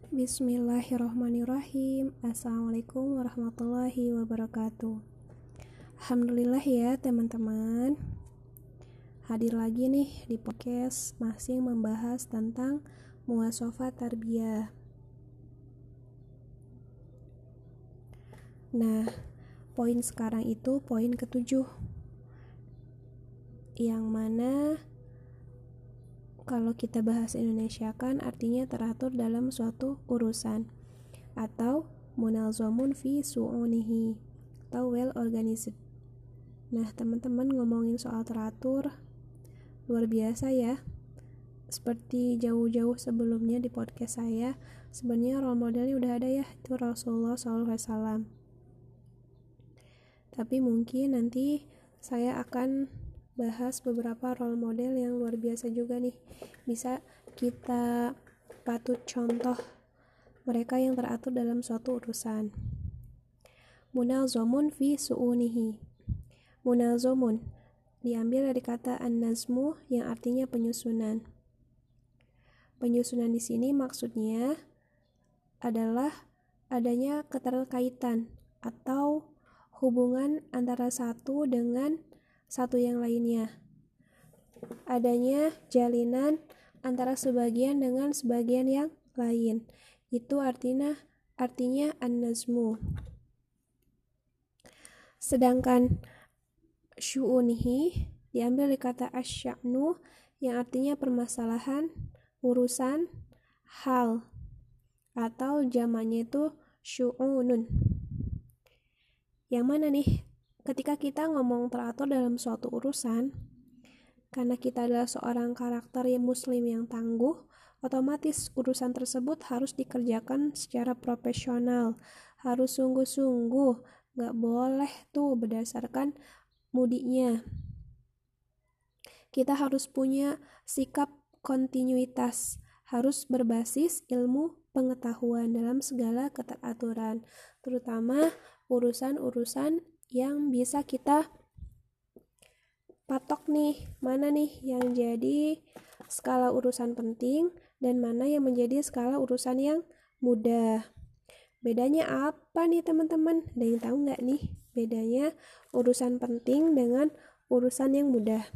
Bismillahirrahmanirrahim. Assalamualaikum warahmatullahi wabarakatuh. Alhamdulillah ya teman-teman, hadir lagi nih di podcast masih membahas tentang muasofah tarbiyah. Nah, poin sekarang itu poin ke-7, yang mana kalau kita bahas Indonesia kan artinya teratur dalam suatu urusan atau munalzamun fi su'unihi atau well organized. Nah, teman-teman ngomongin soal teratur luar biasa ya. Seperti jauh-jauh sebelumnya di podcast saya, sebenarnya role modelnya udah ada ya, itu Rasulullah SAW. Tapi mungkin nanti saya akan bahas beberapa role model yang luar biasa juga nih, bisa kita patut contoh mereka yang teratur dalam suatu urusan. Munalzamun fi su'unihi. Munalzamun diambil dari kata an-nazmu yang artinya penyusunan. Penyusunan di sini maksudnya adalah adanya keterkaitan atau hubungan antara satu dengan satu yang lainnya. Adanya jalinan antara sebagian dengan sebagian yang lain. Itu artinya an-nazmu. Sedangkan syu'unihi diambil dari kata asya'nu yang artinya permasalahan, urusan, hal, atau jamaknya itu syu'unun. Yang mana nih? Ketika kita ngomong teratur dalam suatu urusan, karena kita adalah seorang karakter yang muslim yang tangguh, otomatis urusan tersebut harus dikerjakan secara profesional, harus sungguh-sungguh, gak boleh tuh berdasarkan mudinya. Kita harus punya sikap kontinuitas, harus berbasis ilmu pengetahuan dalam segala keteraturan, terutama urusan-urusan yang bisa kita patok nih, mana nih yang jadi skala urusan penting dan mana yang menjadi skala urusan yang mudah. Bedanya apa nih teman-teman? Ada yang tahu nggak nih bedanya urusan penting dengan urusan yang mudah?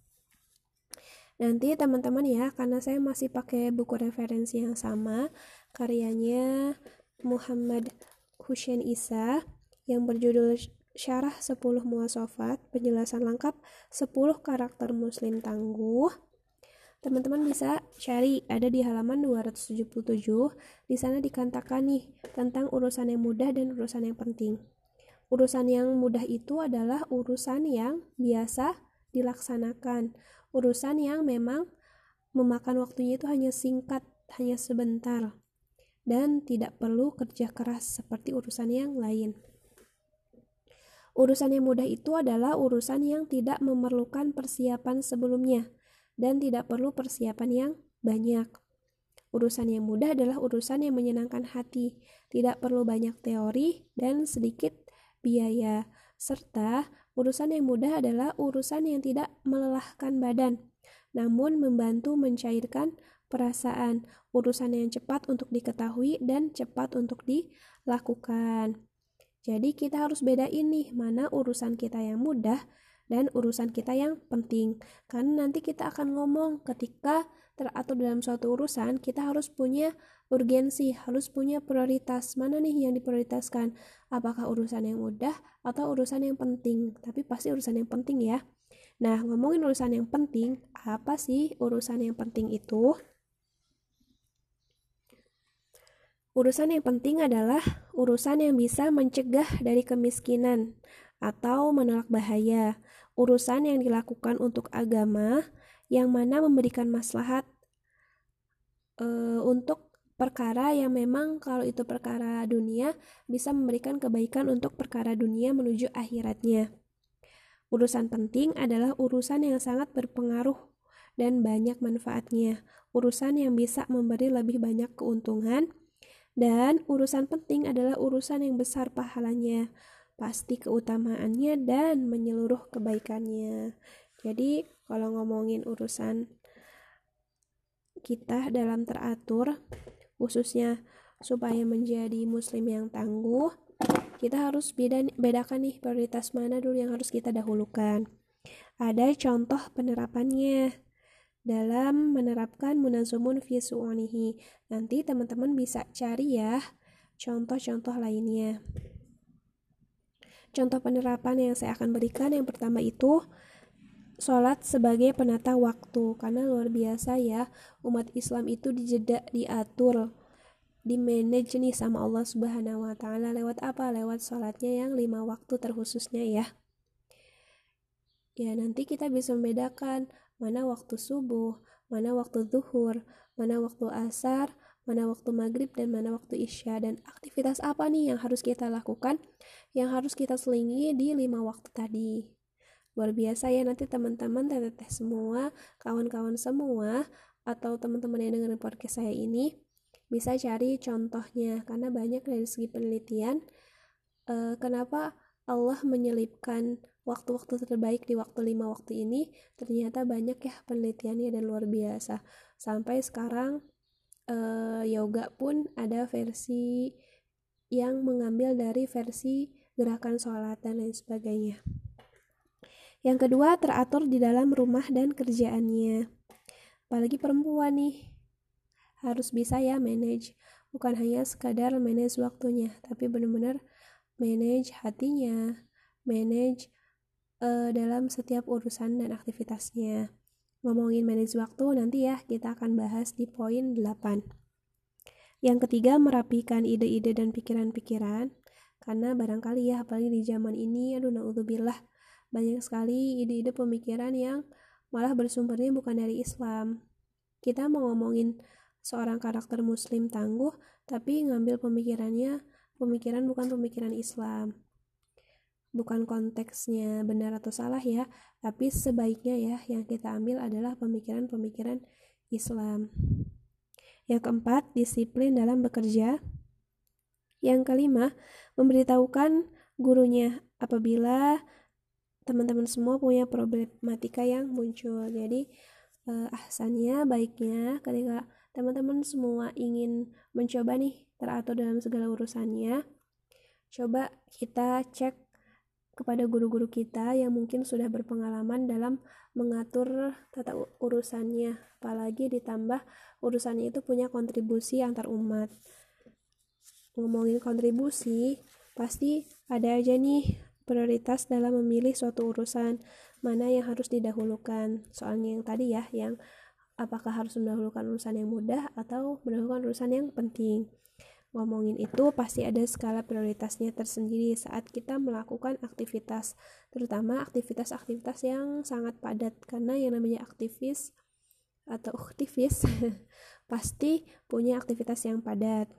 Nanti teman-teman ya, karena saya masih pakai buku referensi yang sama, karyanya Muhammad Hussein Isa yang berjudul Syarah 10 Muwasafat, penjelasan lengkap 10 karakter muslim tangguh. Teman-teman bisa cari, ada di halaman 277. Di sana dikatakan nih tentang urusan yang mudah dan urusan yang penting. Urusan yang mudah itu adalah urusan yang biasa dilaksanakan. Urusan yang memang memakan waktunya itu hanya singkat, hanya sebentar, dan tidak perlu kerja keras seperti urusan yang lain. Urusan yang mudah itu adalah urusan yang tidak memerlukan persiapan sebelumnya dan tidak perlu persiapan yang banyak. Urusan yang mudah adalah urusan yang menyenangkan hati, tidak perlu banyak teori dan sedikit biaya. Serta urusan yang mudah adalah urusan yang tidak melelahkan badan, namun membantu mencairkan perasaan. Urusan yang cepat untuk diketahui dan cepat untuk dilakukan. Jadi kita harus bedain nih mana urusan kita yang mudah dan urusan kita yang penting. Karena nanti kita akan ngomong ketika teratur dalam suatu urusan, kita harus punya urgensi, harus punya prioritas. Mana nih yang diprioritaskan? Apakah urusan yang mudah atau urusan yang penting? Tapi pasti urusan yang penting ya. Nah, ngomongin urusan yang penting, apa sih urusan yang penting itu? Urusan yang penting adalah urusan yang bisa mencegah dari kemiskinan atau menolak bahaya. Urusan yang dilakukan untuk agama yang mana memberikan maslahat untuk perkara yang memang kalau itu perkara dunia bisa memberikan kebaikan untuk perkara dunia menuju akhiratnya. Urusan penting adalah urusan yang sangat berpengaruh dan banyak manfaatnya. Urusan yang bisa memberi lebih banyak keuntungan. Dan urusan penting adalah urusan yang besar pahalanya, pasti keutamaannya dan menyeluruh kebaikannya. Jadi kalau ngomongin urusan kita dalam teratur, khususnya supaya menjadi muslim yang tangguh, kita harus bedakan nih prioritas mana dulu yang harus kita dahulukan. Ada contoh penerapannya dalam menerapkan munazumun fi su'unihi. Nanti teman-teman bisa cari ya contoh-contoh lainnya. Contoh penerapan yang saya akan berikan yang pertama itu sholat sebagai penata waktu, karena luar biasa ya, umat Islam itu diatur, di-manage nih sama Allah Subhanahu wa Ta'ala lewat apa? Lewat sholatnya yang 5 waktu terkhususnya ya. Ya, nanti kita bisa membedakan mana waktu subuh, mana waktu zuhur, mana waktu asar, mana waktu maghrib, dan mana waktu isya, dan aktivitas apa nih yang harus kita lakukan, yang harus kita selingi di 5 waktu tadi. Luar biasa ya, nanti teman-teman, teteh semua, kawan-kawan semua, atau teman-teman yang dengerin podcast saya ini bisa cari contohnya, karena banyak dari segi penelitian kenapa Allah menyelipkan waktu-waktu terbaik di waktu 5 waktu ini. Ternyata banyak ya penelitiannya dan luar biasa. Sampai sekarang yoga pun ada versi yang mengambil dari versi gerakan sholat dan lain sebagainya. Yang kedua, teratur di dalam rumah dan kerjaannya. Apalagi perempuan nih, harus bisa ya manage. Bukan hanya sekadar manage waktunya, tapi benar-benar manage hatinya, manage dalam setiap urusan dan aktivitasnya. Ngomongin manage waktu nanti ya kita akan bahas di poin 8. Yang ketiga, merapikan ide-ide dan pikiran-pikiran, karena barangkali ya apalagi di zaman ini, naudzubillah, banyak sekali ide-ide pemikiran yang malah bersumbernya bukan dari Islam. Kita mau ngomongin seorang karakter muslim tangguh, tapi ngambil pemikiran bukan pemikiran Islam. Bukan konteksnya benar atau salah ya, tapi sebaiknya ya yang kita ambil adalah pemikiran-pemikiran Islam. Yang keempat, disiplin dalam bekerja. Yang kelima, memberitahukan gurunya apabila teman-teman semua punya problematika yang muncul. Jadi ahsannya, baiknya ketika teman-teman semua ingin mencoba nih teratur dalam segala urusannya, coba kita cek kepada guru-guru kita yang mungkin sudah berpengalaman dalam mengatur tata urusannya, apalagi ditambah urusannya itu punya kontribusi antar umat. Ngomongin kontribusi, pasti ada aja nih prioritas dalam memilih suatu urusan, mana yang harus didahulukan. Soalnya yang tadi ya, yang apakah harus mendahulukan urusan yang mudah atau mendahulukan urusan yang penting. Ngomongin itu pasti ada skala prioritasnya tersendiri saat kita melakukan aktivitas, terutama aktivitas-aktivitas yang sangat padat, karena yang namanya aktivis pasti punya aktivitas yang padat.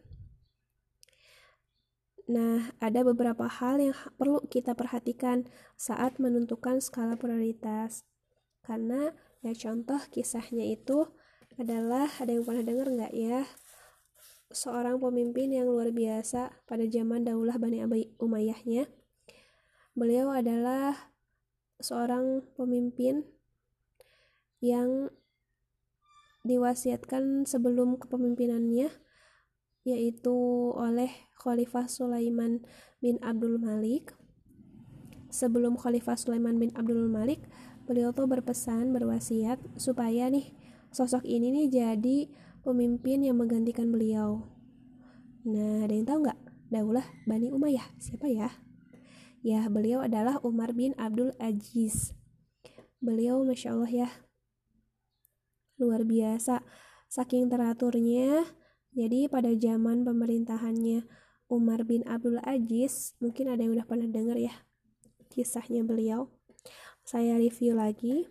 Nah, ada beberapa hal yang perlu kita perhatikan saat menentukan skala prioritas, karena ya contoh kisahnya itu adalah, ada yang pernah dengar nggak ya, seorang pemimpin yang luar biasa pada zaman Daulah Bani Umayyahnya. Beliau adalah seorang pemimpin yang diwasiatkan sebelum kepemimpinannya, yaitu oleh Khalifah Sulaiman bin Abdul Malik. Sebelum Khalifah Sulaiman bin Abdul Malik, beliau tuh berwasiat supaya nih sosok ini nih jadi pemimpin yang menggantikan beliau. Nah, ada yang tahu nggak? Daulah Bani Umayyah siapa ya? Ya, beliau adalah Umar bin Abdul Aziz. Beliau Masya Allah ya, luar biasa, saking teraturnya. Jadi pada zaman pemerintahannya Umar bin Abdul Aziz, mungkin ada yang udah pernah dengar ya kisahnya beliau. Saya review lagi.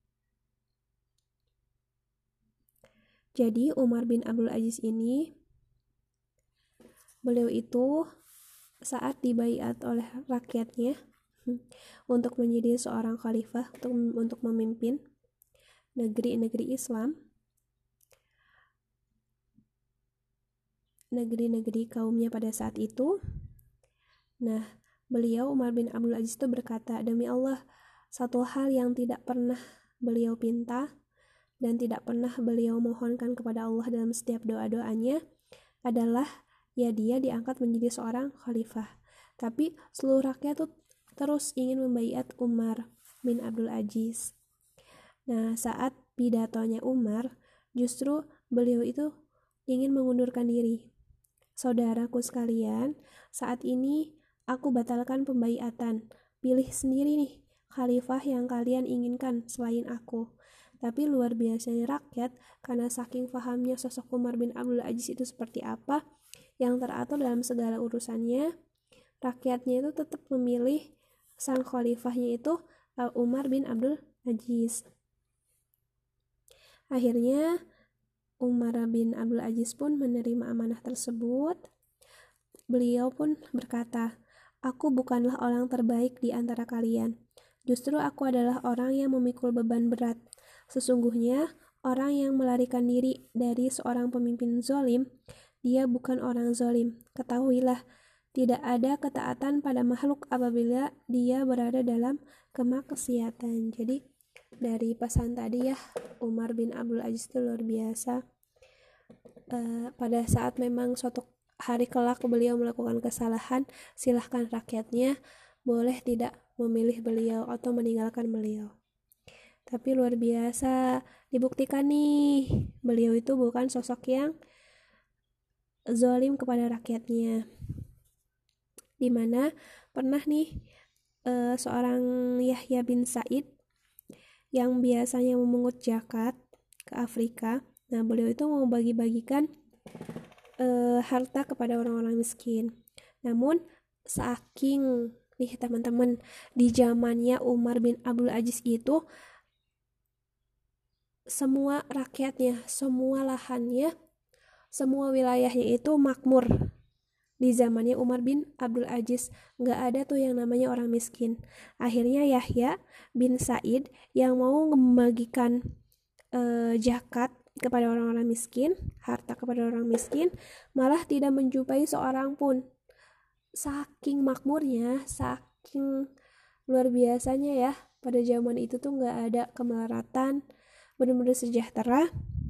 Jadi Umar bin Abdul Aziz ini, beliau itu saat dibaiat oleh rakyatnya untuk menjadi seorang khalifah, untuk memimpin negeri-negeri Islam, negeri-negeri kaumnya pada saat itu. Nah, beliau Umar bin Abdul Aziz itu berkata, demi Allah, satu hal yang tidak pernah beliau pinta dan tidak pernah beliau mohonkan kepada Allah dalam setiap doa-doanya, adalah ya dia diangkat menjadi seorang khalifah. Tapi seluruh rakyat tuh terus ingin membaiat Umar bin Abdul Aziz. Nah, saat pidatonya Umar, justru beliau itu ingin mengundurkan diri. Saudaraku sekalian, saat ini aku batalkan pembaiatan. Pilih sendiri nih khalifah yang kalian inginkan selain aku. Tapi luar biasanya rakyat, karena saking pahamnya sosok Umar bin Abdul Aziz itu seperti apa, yang teratur dalam segala urusannya, rakyatnya itu tetap memilih sang khalifahnya itu Umar bin Abdul Aziz. Akhirnya Umar bin Abdul Aziz pun menerima amanah tersebut. Beliau pun berkata, "Aku bukanlah orang terbaik di antara kalian. Justru aku adalah orang yang memikul beban berat. Sesungguhnya, orang yang melarikan diri dari seorang pemimpin zalim, dia bukan orang zalim. Ketahuilah, tidak ada ketaatan pada makhluk apabila dia berada dalam kemaksiatan." Jadi, dari pesan tadi ya, Umar bin Abdul Aziz itu luar biasa. Pada saat memang suatu hari kelak beliau melakukan kesalahan, silahkan rakyatnya boleh tidak memilih beliau atau meninggalkan beliau. Tapi luar biasa, dibuktikan nih, beliau itu bukan sosok yang zalim kepada rakyatnya. Dimana pernah nih seorang Yahya bin Sa'id yang biasanya memungut zakat ke Afrika. Nah, beliau itu mau bagi-bagikan harta kepada orang-orang miskin. Namun saking nih teman-teman, di zamannya Umar bin Abdul Aziz itu semua rakyatnya, semua lahannya, semua wilayahnya itu makmur. Di zamannya Umar bin Abdul Aziz nggak ada tuh yang namanya orang miskin. Akhirnya Yahya bin Sa'id yang mau membagikan zakat kepada orang-orang miskin, harta kepada orang miskin, malah tidak menjumpai seorang pun. Saking makmurnya, saking luar biasanya ya, pada zaman itu tuh nggak ada kemelaratan, benar-benar sejahtera.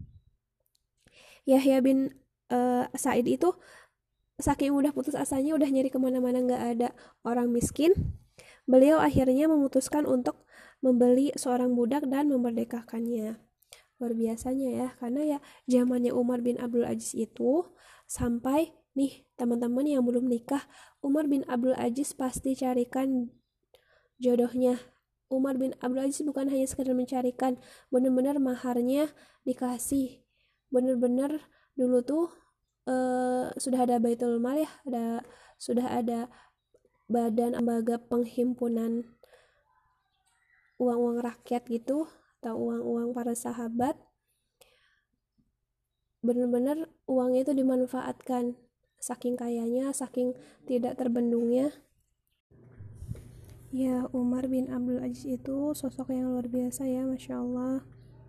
Yahya bin Sa'id itu saking udah putus asanya, udah nyari kemana-mana nggak ada orang miskin, beliau akhirnya memutuskan untuk membeli seorang budak dan memerdekakannya. Luar biasanya ya, karena ya zamannya Umar bin Abdul Aziz itu sampai nih teman-teman yang belum nikah, Umar bin Abdul Aziz pasti carikan jodohnya. Umar bin Abdul Aziz bukan hanya sekedar mencarikan, benar-benar maharnya dikasih. Benar-benar dulu tuh sudah ada Baitul Mal ya, sudah ada badan lembaga penghimpunan uang-uang rakyat gitu, atau uang-uang para sahabat. Benar-benar uangnya itu dimanfaatkan, saking kayanya, saking tidak terbendungnya. Ya, Umar bin Abdul Aziz itu sosok yang luar biasa ya, Masya Allah.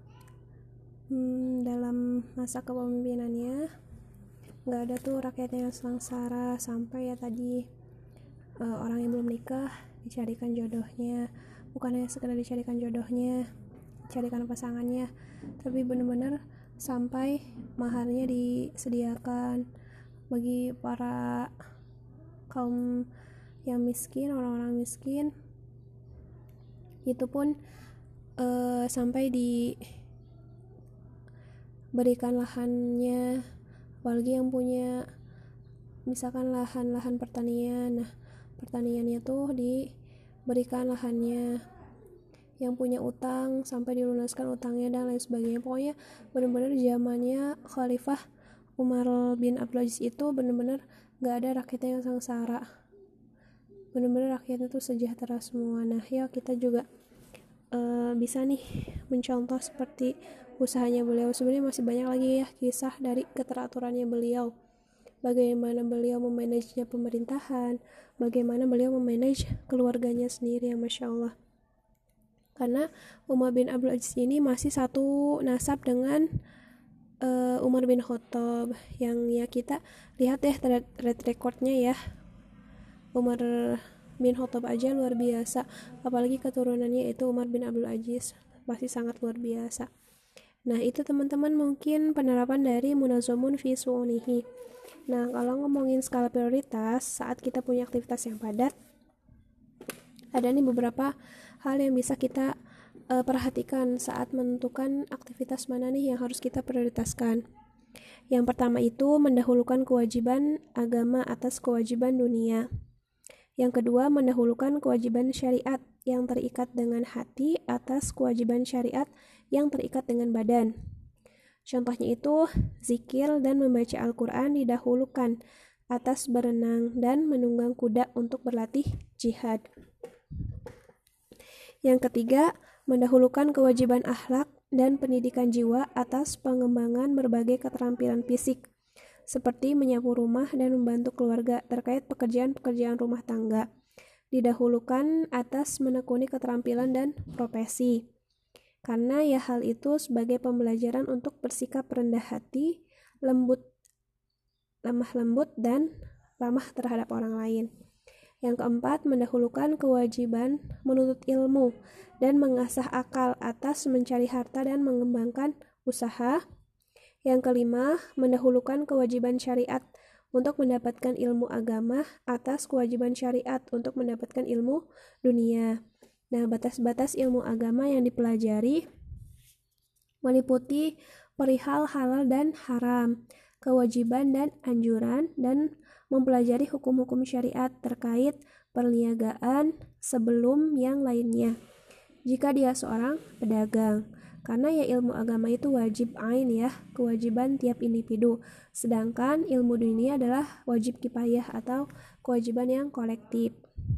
Dalam masa kepemimpinannya nggak ada tuh rakyatnya yang sengsara, sampai ya tadi orang yang belum nikah dicarikan jodohnya, bukan hanya sekedar dicarikan jodohnya, carikan pasangannya, tapi benar-benar sampai maharnya disediakan bagi para kaum yang miskin, orang-orang miskin. Itu pun sampai diberikan lahannya, apalagi yang punya misalkan lahan pertanian. Nah, pertaniannya tuh diberikan lahannya. Yang punya utang sampai dilunaskan utangnya dan lain sebagainya. Pokoknya benar-benar zamannya Khalifah Umar bin Abdul Aziz itu benar-benar gak ada rakyatnya yang sengsara, benar-benar rakyatnya tuh sejahtera semua. Nah, ya kita juga bisa nih mencontoh seperti usahanya beliau. Sebenarnya masih banyak lagi ya kisah dari keteraturannya beliau, bagaimana beliau memanage pemerintahan, bagaimana beliau memanage keluarganya sendiri, ya Masya Allah. Karena Umar bin Abdul Aziz ini masih satu nasab dengan Umar bin Khattab, yang ya kita lihat ya track recordnya ya, Umar bin Khattab aja luar biasa, apalagi keturunannya itu Umar bin Abdul Aziz pasti sangat luar biasa. Nah, itu teman-teman mungkin penerapan dari Munazamun fi Su'unihi. Nah, kalau ngomongin skala prioritas, saat kita punya aktivitas yang padat, ada nih beberapa hal yang bisa kita perhatikan saat menentukan aktivitas mana nih yang harus kita prioritaskan. Yang pertama itu mendahulukan kewajiban agama atas kewajiban dunia. Yang kedua, mendahulukan kewajiban syariat yang terikat dengan hati atas kewajiban syariat yang terikat dengan badan. Contohnya itu, zikir dan membaca Al-Quran didahulukan atas berenang dan menunggang kuda untuk berlatih jihad. Yang ketiga, mendahulukan kewajiban akhlak dan pendidikan jiwa atas pengembangan berbagai keterampilan fisik, seperti menyapu rumah dan membantu keluarga terkait pekerjaan-pekerjaan rumah tangga. Didahulukan atas menekuni keterampilan dan profesi. Karena ya hal itu sebagai pembelajaran untuk bersikap rendah hati, lemah lembut, dan ramah terhadap orang lain. Yang keempat, mendahulukan kewajiban menuntut ilmu dan mengasah akal atas mencari harta dan mengembangkan usaha. Yang kelima, mendahulukan kewajiban syariat untuk mendapatkan ilmu agama atas kewajiban syariat untuk mendapatkan ilmu dunia. Nah, batas-batas ilmu agama yang dipelajari meliputi perihal halal dan haram, kewajiban dan anjuran, dan mempelajari hukum-hukum syariat terkait perniagaan sebelum yang lainnya. Jika dia seorang pedagang, karena ya ilmu agama itu wajib ain ya, kewajiban tiap individu. Sedangkan ilmu dunia adalah wajib kifayah atau kewajiban yang kolektif.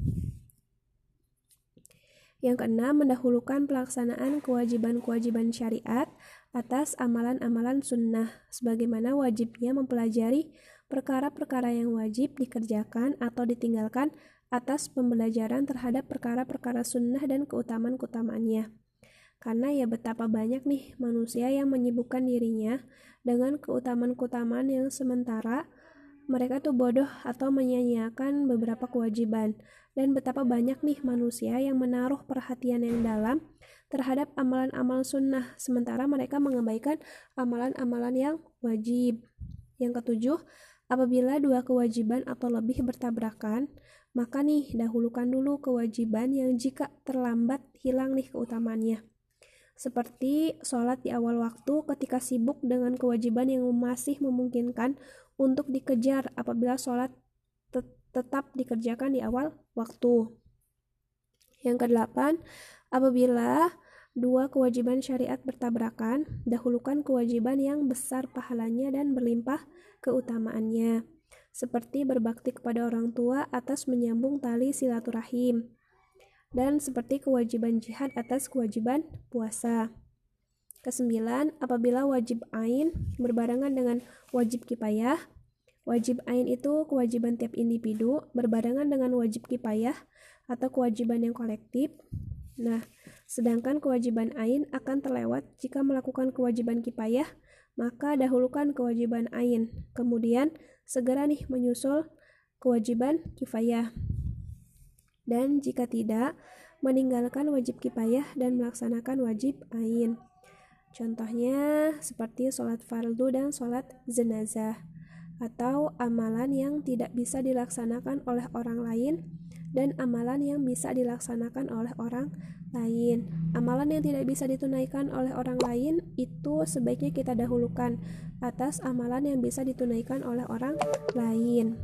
Yang keenam, mendahulukan pelaksanaan kewajiban-kewajiban syariat atas amalan-amalan sunnah, sebagaimana wajibnya mempelajari perkara-perkara yang wajib dikerjakan atau ditinggalkan atas pembelajaran terhadap perkara-perkara sunnah dan keutamaan-keutamaannya. Karena ya betapa banyak nih manusia yang menyibukkan dirinya dengan keutamaan-keutamaan yang sementara mereka tuh bodoh atau menyia-nyiakan beberapa kewajiban. Dan betapa banyak nih manusia yang menaruh perhatian yang dalam terhadap amalan-amalan sunnah, sementara mereka mengabaikan amalan-amalan yang wajib. Yang ketujuh, apabila dua kewajiban atau lebih bertabrakan, maka nih dahulukan dulu kewajiban yang jika terlambat hilang nih keutamaannya. Seperti sholat di awal waktu ketika sibuk dengan kewajiban yang masih memungkinkan untuk dikejar apabila sholat tetap dikerjakan di awal waktu. Yang kedelapan, apabila dua kewajiban syariat bertabrakan, dahulukan kewajiban yang besar pahalanya dan berlimpah keutamaannya, seperti berbakti kepada orang tua atas menyambung tali silaturahim, dan seperti kewajiban jihad atas kewajiban puasa. Kesembilan, apabila wajib ain berbarengan dengan wajib kifayah. Wajib ain itu kewajiban tiap individu berbarengan dengan wajib kifayah atau kewajiban yang kolektif. Nah, sedangkan kewajiban ain akan terlewat jika melakukan kewajiban kifayah, maka dahulukan kewajiban ain. Kemudian segera nih menyusul kewajiban kifayah. Dan jika tidak, meninggalkan wajib kifayah dan melaksanakan wajib ain. Contohnya seperti sholat fardu dan sholat jenazah, atau amalan yang tidak bisa dilaksanakan oleh orang lain dan amalan yang bisa dilaksanakan oleh orang lain. Amalan yang tidak bisa ditunaikan oleh orang lain itu sebaiknya kita dahulukan atas amalan yang bisa ditunaikan oleh orang lain.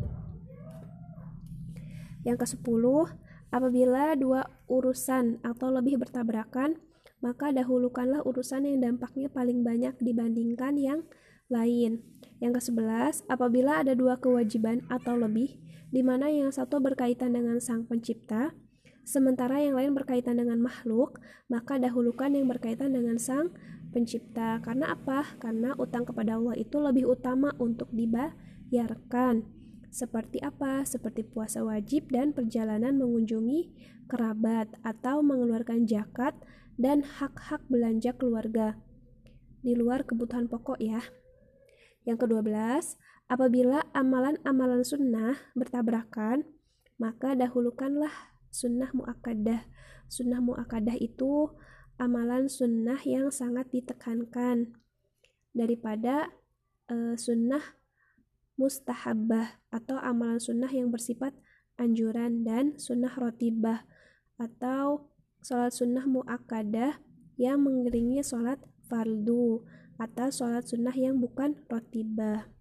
Yang ke-10, apabila dua urusan atau lebih bertabrakan, maka dahulukanlah urusan yang dampaknya paling banyak dibandingkan yang lain. Yang ke-11, apabila ada dua kewajiban atau lebih, di mana yang satu berkaitan dengan Sang Pencipta, sementara yang lain berkaitan dengan makhluk, maka dahulukan yang berkaitan dengan Sang Pencipta. Karena apa? Karena utang kepada Allah itu lebih utama untuk dibayarkan. Seperti apa? Seperti puasa wajib dan perjalanan mengunjungi kerabat atau mengeluarkan zakat dan hak-hak belanja keluarga di luar kebutuhan pokok ya. Yang ke-12, apabila amalan-amalan sunnah bertabrakan, maka dahulukanlah sunnah muakkadah. Sunnah muakkadah itu amalan sunnah yang sangat ditekankan daripada sunnah mustahabbah atau amalan sunnah yang bersifat anjuran, dan sunnah rotibah atau sholat sunnah muakkadah yang mengiringi sholat fardu atau sholat sunnah yang bukan rotibah.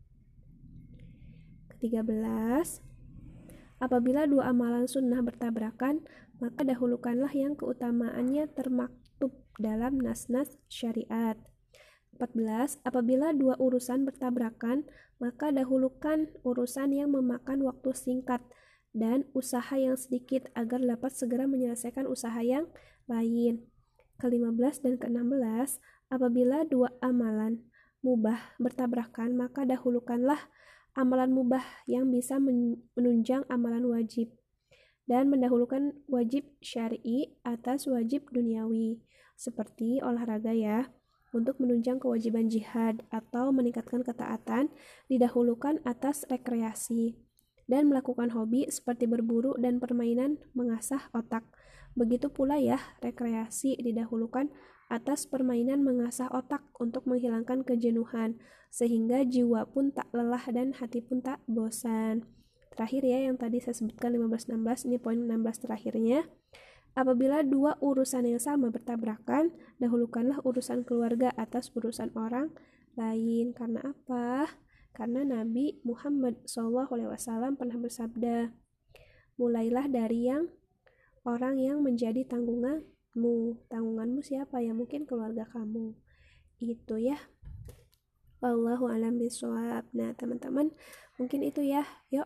Ke-13, apabila dua amalan sunnah bertabrakan, maka dahulukanlah yang keutamaannya termaktub dalam nas-nas syariat. 14. Apabila dua urusan bertabrakan, maka dahulukan urusan yang memakan waktu singkat dan usaha yang sedikit agar dapat segera menyelesaikan usaha yang lain. Ke-15 dan ke-16, apabila dua amalan mubah bertabrakan, maka dahulukanlah amalan mubah yang bisa menunjang amalan wajib dan mendahulukan wajib syar'i atas wajib duniawi, seperti olahraga ya. Untuk menunjang kewajiban jihad atau meningkatkan ketaatan didahulukan atas rekreasi, dan melakukan hobi seperti berburu dan permainan mengasah otak. Begitu pula ya, rekreasi didahulukan atas permainan mengasah otak untuk menghilangkan kejenuhan, sehingga jiwa pun tak lelah dan hati pun tak bosan. Terakhir ya, yang tadi saya sebutkan 15-16, ini poin 16 terakhirnya. Apabila dua urusan yang sama bertabrakan, dahulukanlah urusan keluarga atas urusan orang lain. Karena apa? Karena Nabi Muhammad SAW pernah bersabda, mulailah dari orang yang menjadi tanggunganmu. Tanggunganmu siapa ya? Mungkin keluarga kamu. Itu ya. Wallahu a'lam bishawab. Nah, teman-teman, mungkin itu ya. Yuk.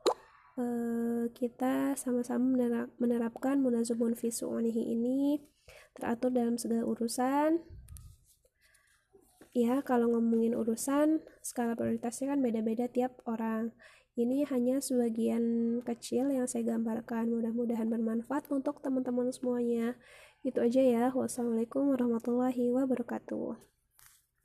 Kita sama-sama menerapkan munazamun fi su'unihi ini, teratur dalam segala urusan. Ya, kalau ngomongin urusan, skala prioritasnya kan beda-beda tiap orang. Ini hanya sebagian kecil yang saya gambarkan. Mudah-mudahan bermanfaat untuk teman-teman semuanya. Itu aja ya. Wassalamualaikum warahmatullahi wabarakatuh.